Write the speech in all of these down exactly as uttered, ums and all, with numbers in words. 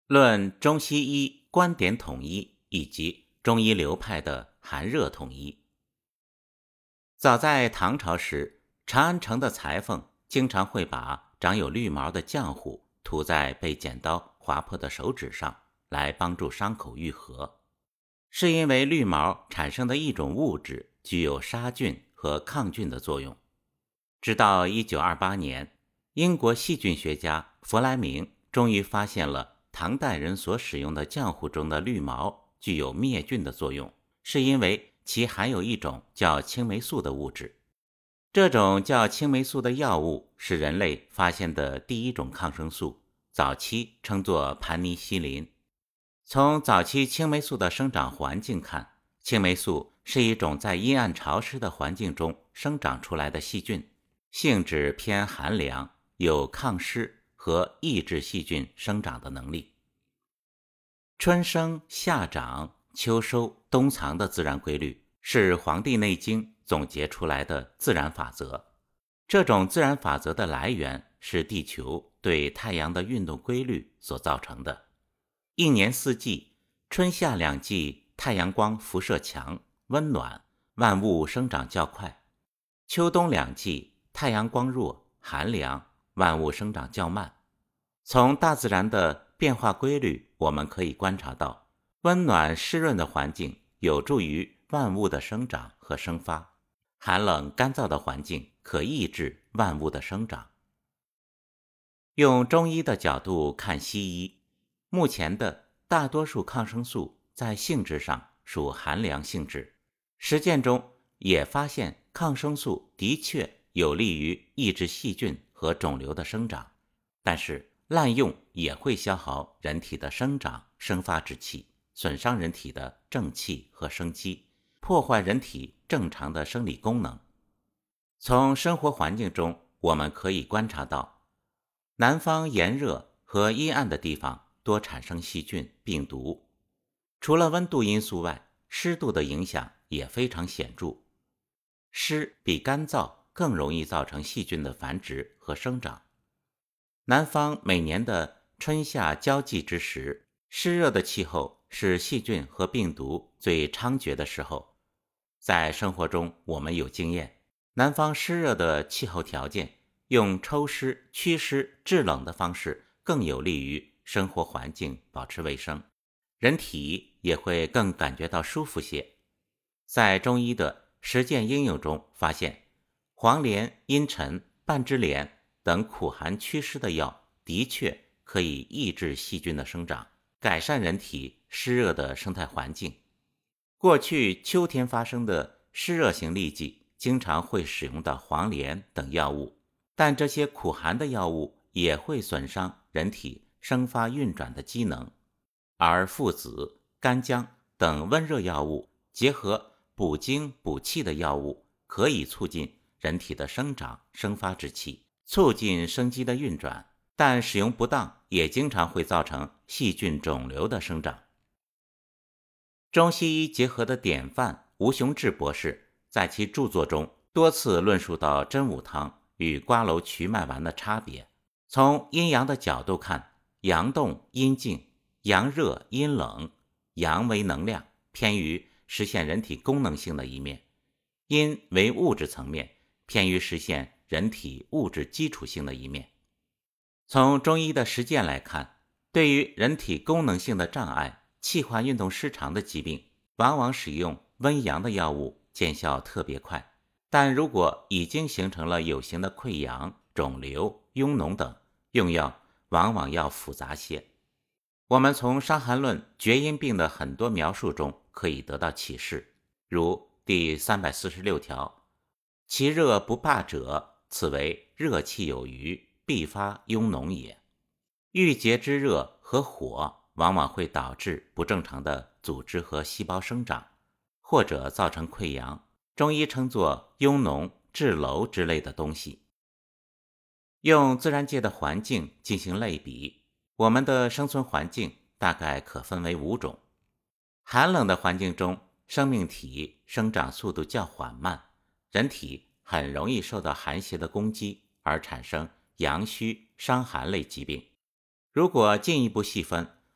论中西医观点统一以及中医流派的寒热统一。早在唐朝时，长安城的裁缝经常会把长有绿毛的浆糊涂在被剪刀划破的手指上，来帮助伤口愈合。是因为绿毛产生的一种物质具有杀菌和抗菌的作用。直到一九二八年，英国细菌学家弗莱明终于发现了唐代人所使用的浆糊中的绿毛具有灭菌的作用，是因为其含有一种叫青霉素的物质。这种叫青霉素的药物是人类发现的第一种抗生素，早期称作盘尼西林。从早期青霉素的生长环境看，青霉素是一种在阴暗潮湿的环境中生长出来的细菌，性质偏寒凉，有抗湿和抑制细菌生长的能力。春生、夏长、秋收、冬藏的自然规律是《黄帝内经》总结出来的自然法则。这种自然法则的来源是地球对太阳的运动规律所造成的。一年四季，春夏两季太阳光辐射强、温暖，万物生长较快；秋冬两季太阳光弱、寒凉，万物生长较慢。从大自然的变化规律，我们可以观察到，温暖湿润的环境有助于万物的生长和生发，寒冷干燥的环境可抑制万物的生长。用中医的角度看西医，目前的大多数抗生素在性质上属寒凉性质，实践中也发现抗生素的确有利于抑制细菌和肿瘤的生长，但是滥用也会消耗人体的生长生发之气，损伤人体的正气和生机，破坏人体正常的生理功能。从生活环境中我们可以观察到，南方炎热和阴暗的地方多产生细菌、病毒。除了温度因素外，湿度的影响也非常显著。湿比干燥更容易造成细菌的繁殖和生长。南方每年的春夏交际之时，湿热的气候是细菌和病毒最猖獗的时候。在生活中我们有经验，南方湿热的气候条件，用抽湿、祛湿、制冷的方式更有利于生活环境保持卫生，人体也会更感觉到舒服些。在中医的实践应用中发现，黄连、茵陈、半枝莲等苦寒祛湿的药的确可以抑制细菌的生长，改善人体湿热的生态环境。过去秋天发生的湿热型痢疾经常会使用到黄连等药物，但这些苦寒的药物也会损伤人体生发运转的机能，而附子、干姜等温热药物结合补精补气的药物，可以促进人体的生长生发之气，促进生机的运转，但使用不当也经常会造成细菌肿瘤的生长。中西医结合的典范吴雄志博士在其著作中多次论述到真武汤与瓜蒌瞿麦丸的差别。从阴阳的角度看，阳动阴静，阳热阴冷，阳为能量，偏于实现人体功能性的一面；阴为物质层面，偏于实现人体物质基础性的一面。从中医的实践来看，对于人体功能性的障碍、气化运动失常的疾病，往往使用温阳的药物见效特别快，但如果已经形成了有形的溃疡、肿瘤、痈脓等，用药往往要复杂些。我们从《伤寒论》厥阴病的很多描述中可以得到启示，如第三百四十六条，其热不罢者，此为热气有余，必发痈脓也。郁结之热和火往往会导致不正常的组织和细胞生长，或者造成溃疡，中医称作痈脓、滞瘘之类的东西。用自然界的环境进行类比，我们的生存环境大概可分为五种。寒冷的环境中，生命体生长速度较缓慢，人体很容易受到寒邪的攻击，而产生阳虚、伤寒类疾病。如果进一步细分，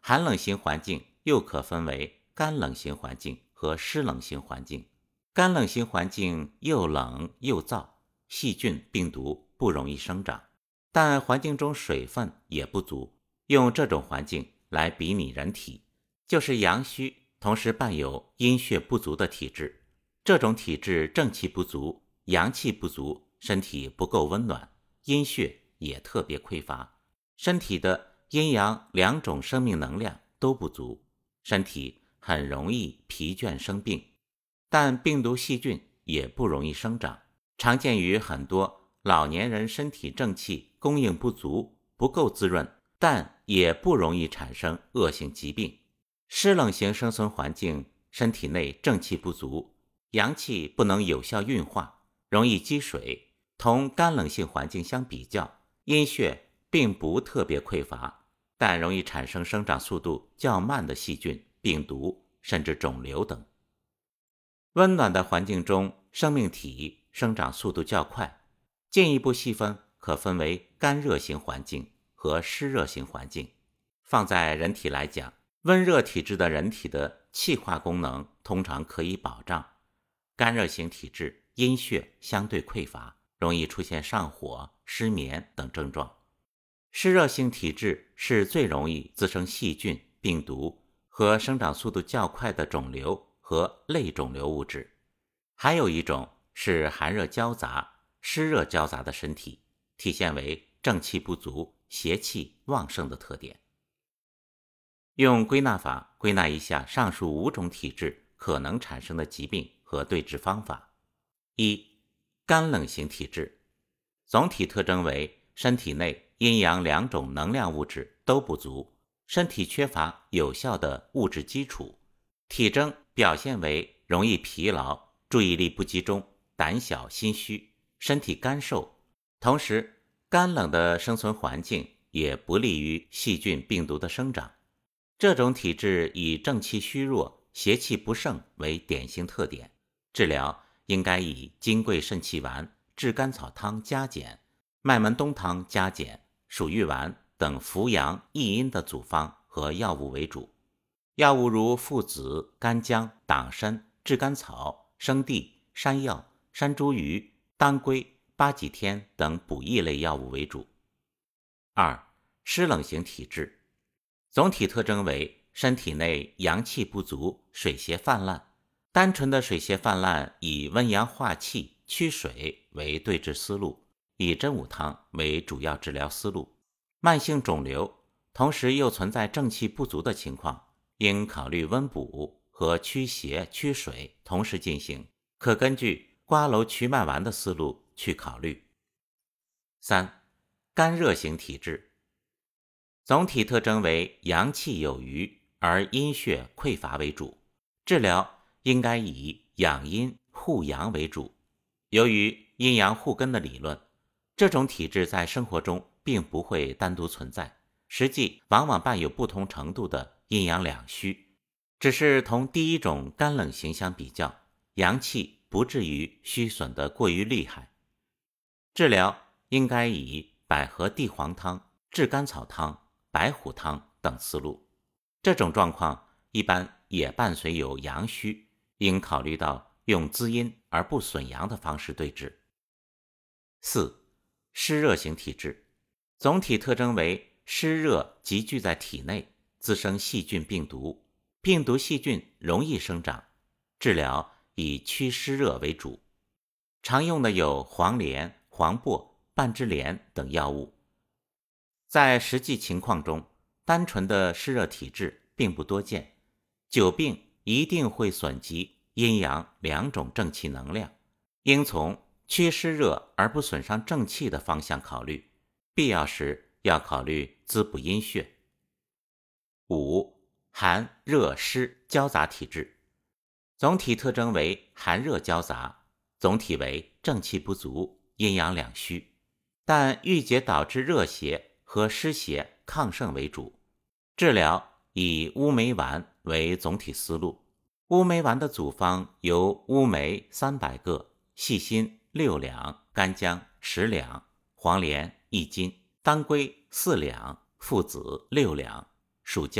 寒冷型环境又可分为干冷型环境和湿冷型环境。干冷型环境又冷又燥，细菌、病毒不容易生长，但环境中水分也不足。用这种环境来比拟人体，就是阳虚同时伴有阴血不足的体质。这种体质正气不足，阳气不足，身体不够温暖，阴血也特别匮乏，身体的阴阳两种生命能量都不足，身体很容易疲倦生病。但病毒细菌也不容易生长，常见于很多老年人身体正气供应不足，不够滋润，但也不容易产生恶性疾病。湿冷型生存环境，身体内正气不足，阳气不能有效运化，容易积水。同干冷性环境相比较，阴血并不特别匮乏，但容易产生生长速度较慢的细菌、病毒，甚至肿瘤等。温暖的环境中，生命体生长速度较快。进一步细分，可分为干热型环境和湿热型环境。放在人体来讲，温热体质的人体的气化功能通常可以保障。干热型体质阴血相对匮乏，容易出现上火、失眠等症状。湿热性体质是最容易滋生细菌、病毒和生长速度较快的肿瘤和类肿瘤物质。还有一种是寒热交杂、湿热交杂的身体，体现为正气不足、邪气旺盛的特点。用归纳法归纳一下上述五种体质可能产生的疾病和对治方法。一、干冷型体质，总体特征为身体内阴阳两种能量物质都不足，身体缺乏有效的物质基础，体征表现为容易疲劳、注意力不集中、胆小心虚，身体干瘦。同时，干冷的生存环境也不利于细菌、病毒的生长。这种体质以正气虚弱、邪气不盛为典型特点，治疗应该以金匮肾气丸、炙甘草汤加减、麦门冬汤加减、鼠玉丸等扶阳益阴的组方和药物为主。药物如附子、干姜、党参、炙甘草、生地、山药、山茱萸、当归、八戟天等补益类药物为主。二、湿冷型体质，总体特征为身体内阳气不足，水邪泛滥。单纯的水邪泛滥以温阳化气、驱水为对治思路，以真武汤为主要治疗思路。慢性肿瘤同时又存在正气不足的情况，应考虑温补和驱邪驱水同时进行，可根据瓜蒌瞿麦丸的思路去考虑。三、干热型体质，总体特征为阳气有余而阴血匮乏为主，治疗应该以养阴护阳为主。由于阴阳护根的理论，这种体质在生活中并不会单独存在，实际往往伴有不同程度的阴阳两虚，只是同第一种干冷型相比较，阳气不至于虚损得过于厉害。治疗应该以百合地黄汤、炙甘草汤、白虎汤等思路。这种状况一般也伴随有阳虚，应考虑到用滋阴而不损阳的方式对治。四、湿热型体质，总体特征为湿热集聚在体内，滋生细菌病毒，病毒细菌容易生长，治疗以祛湿热为主。常用的有黄连、黄柏、半枝莲等药物。在实际情况中，单纯的湿热体质并不多见，久病一定会损及阴阳两种正气能量，应从祛湿热而不损伤正气的方向考虑，必要时要考虑滋补阴血。五、寒热湿交杂体质，总体特征为寒热交杂，总体为正气不足，阴阳两虚，但郁结导致热邪和湿邪亢盛为主。治疗以乌梅丸为总体思路，乌梅丸的组方由乌梅三百个、细辛六两、干姜十两、黄连一斤、当归四两、附子六两、蜀椒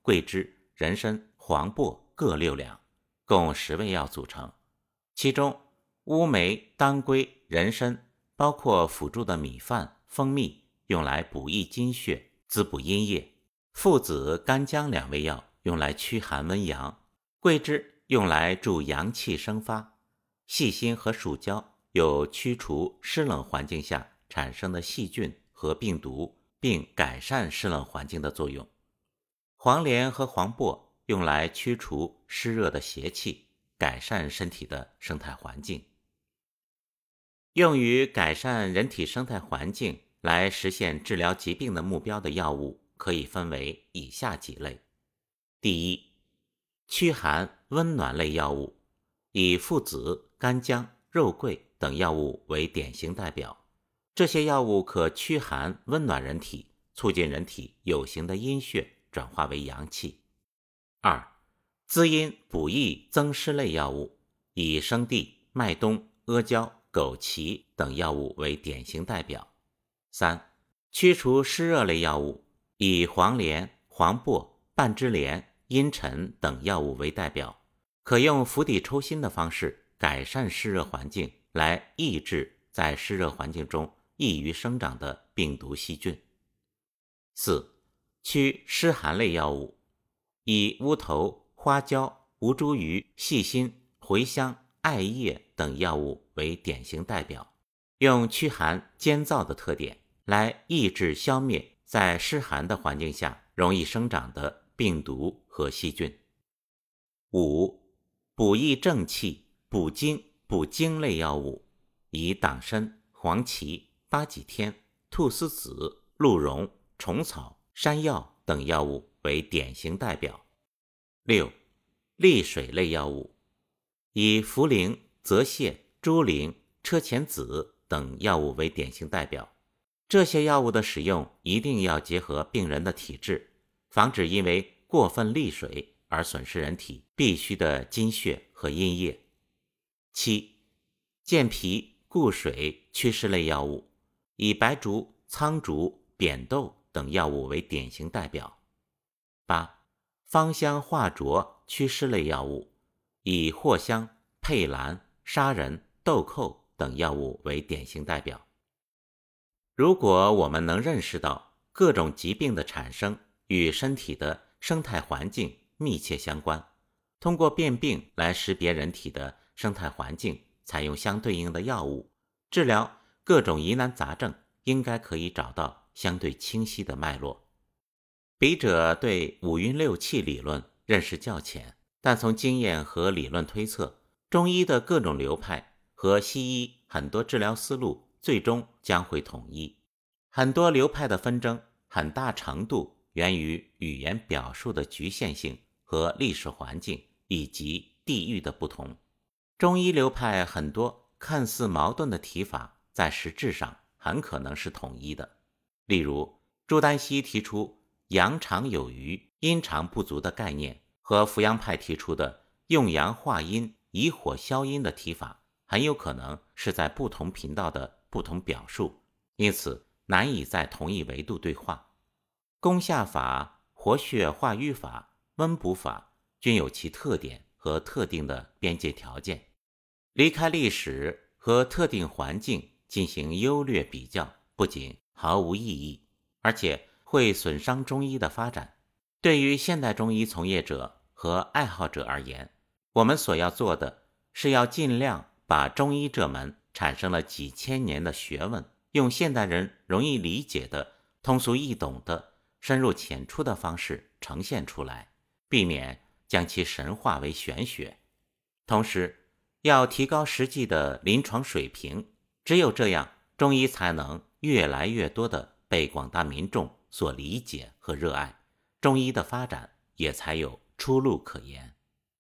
桂枝、人参、黄柏各六两，共十味药组成。其中乌梅、当归、人参包括辅助的米饭、蜂蜜，用来补益津血，滋补阴液；附子、干姜两味药用来驱寒温阳；桂枝用来助阳气生发；细辛和蜀椒有驱除湿冷环境下产生的细菌和病毒，并改善湿冷环境的作用；黄连和黄柏用来驱除湿热的邪气，改善身体的生态环境。用于改善人体生态环境来实现治疗疾病的目标的药物可以分为以下几类。第一，驱寒温暖类药物，以附子、干姜、肉桂等药物为典型代表。这些药物可驱寒温暖人体，促进人体有形的阴血转化为阳气。二，滋阴补益增湿类药物，以生地、麦冬、阿胶、枸杞等药物为典型代表。三、驱除湿热类药物，以黄连、黄柏、半枝莲、茵陈等药物为代表，可用釜底抽薪的方式改善湿热环境，来抑制在湿热环境中易于生长的病毒细菌。四、驱湿寒类药物，以乌头、花椒、吴茱萸、细辛、茴香、艾叶等药物为典型代表，用驱寒兼燥的特点来抑制消灭在湿寒的环境下容易生长的病毒和细菌。五、补益正气、补筋、补精类药物，以党参、黄芪、八戟天、菟丝子、鹿茸、虫草、山药等药物为典型代表。六、利水类药物，以茯苓、泽泻、猪苓、车前子等药物为典型代表。这些药物的使用一定要结合病人的体质，防止因为过分利水而损失人体必需的津血和阴液。七、健脾固水祛湿类药物，以白术、苍术、扁豆等药物为典型代表。八、芳香化浊祛湿类药物，以藿香、佩兰、砂仁、豆蔻等药物为典型代表。如果我们能认识到各种疾病的产生与身体的生态环境密切相关，通过辨病来识别人体的生态环境，采用相对应的药物，治疗各种疑难杂症，应该可以找到相对清晰的脉络。笔者对五运六气理论认识较浅，但从经验和理论推测，中医的各种流派和西医很多治疗思路最终将会统一。很多流派的纷争很大程度源于语言表述的局限性和历史环境以及地域的不同。中医流派很多看似矛盾的提法，在实质上很可能是统一的。例如，朱丹溪提出阳常有余、阴常不足的概念，和扶阳派提出的用阳化阴、以火消阴的提法，很有可能是在不同频道的不同表述，因此难以在同一维度对话。攻下法、活血化瘀法、温补法均有其特点和特定的边界条件，离开历史和特定环境进行优劣比较，不仅毫无意义，而且会损伤中医的发展。对于现代中医从业者和爱好者而言，我们所要做的是要尽量把中医这门产生了几千年的学问，用现代人容易理解的、通俗易懂的、深入浅出的方式呈现出来，避免将其神化为玄学。同时，要提高实际的临床水平，只有这样，中医才能越来越多的被广大民众所理解和热爱，中医的发展也才有出路可言。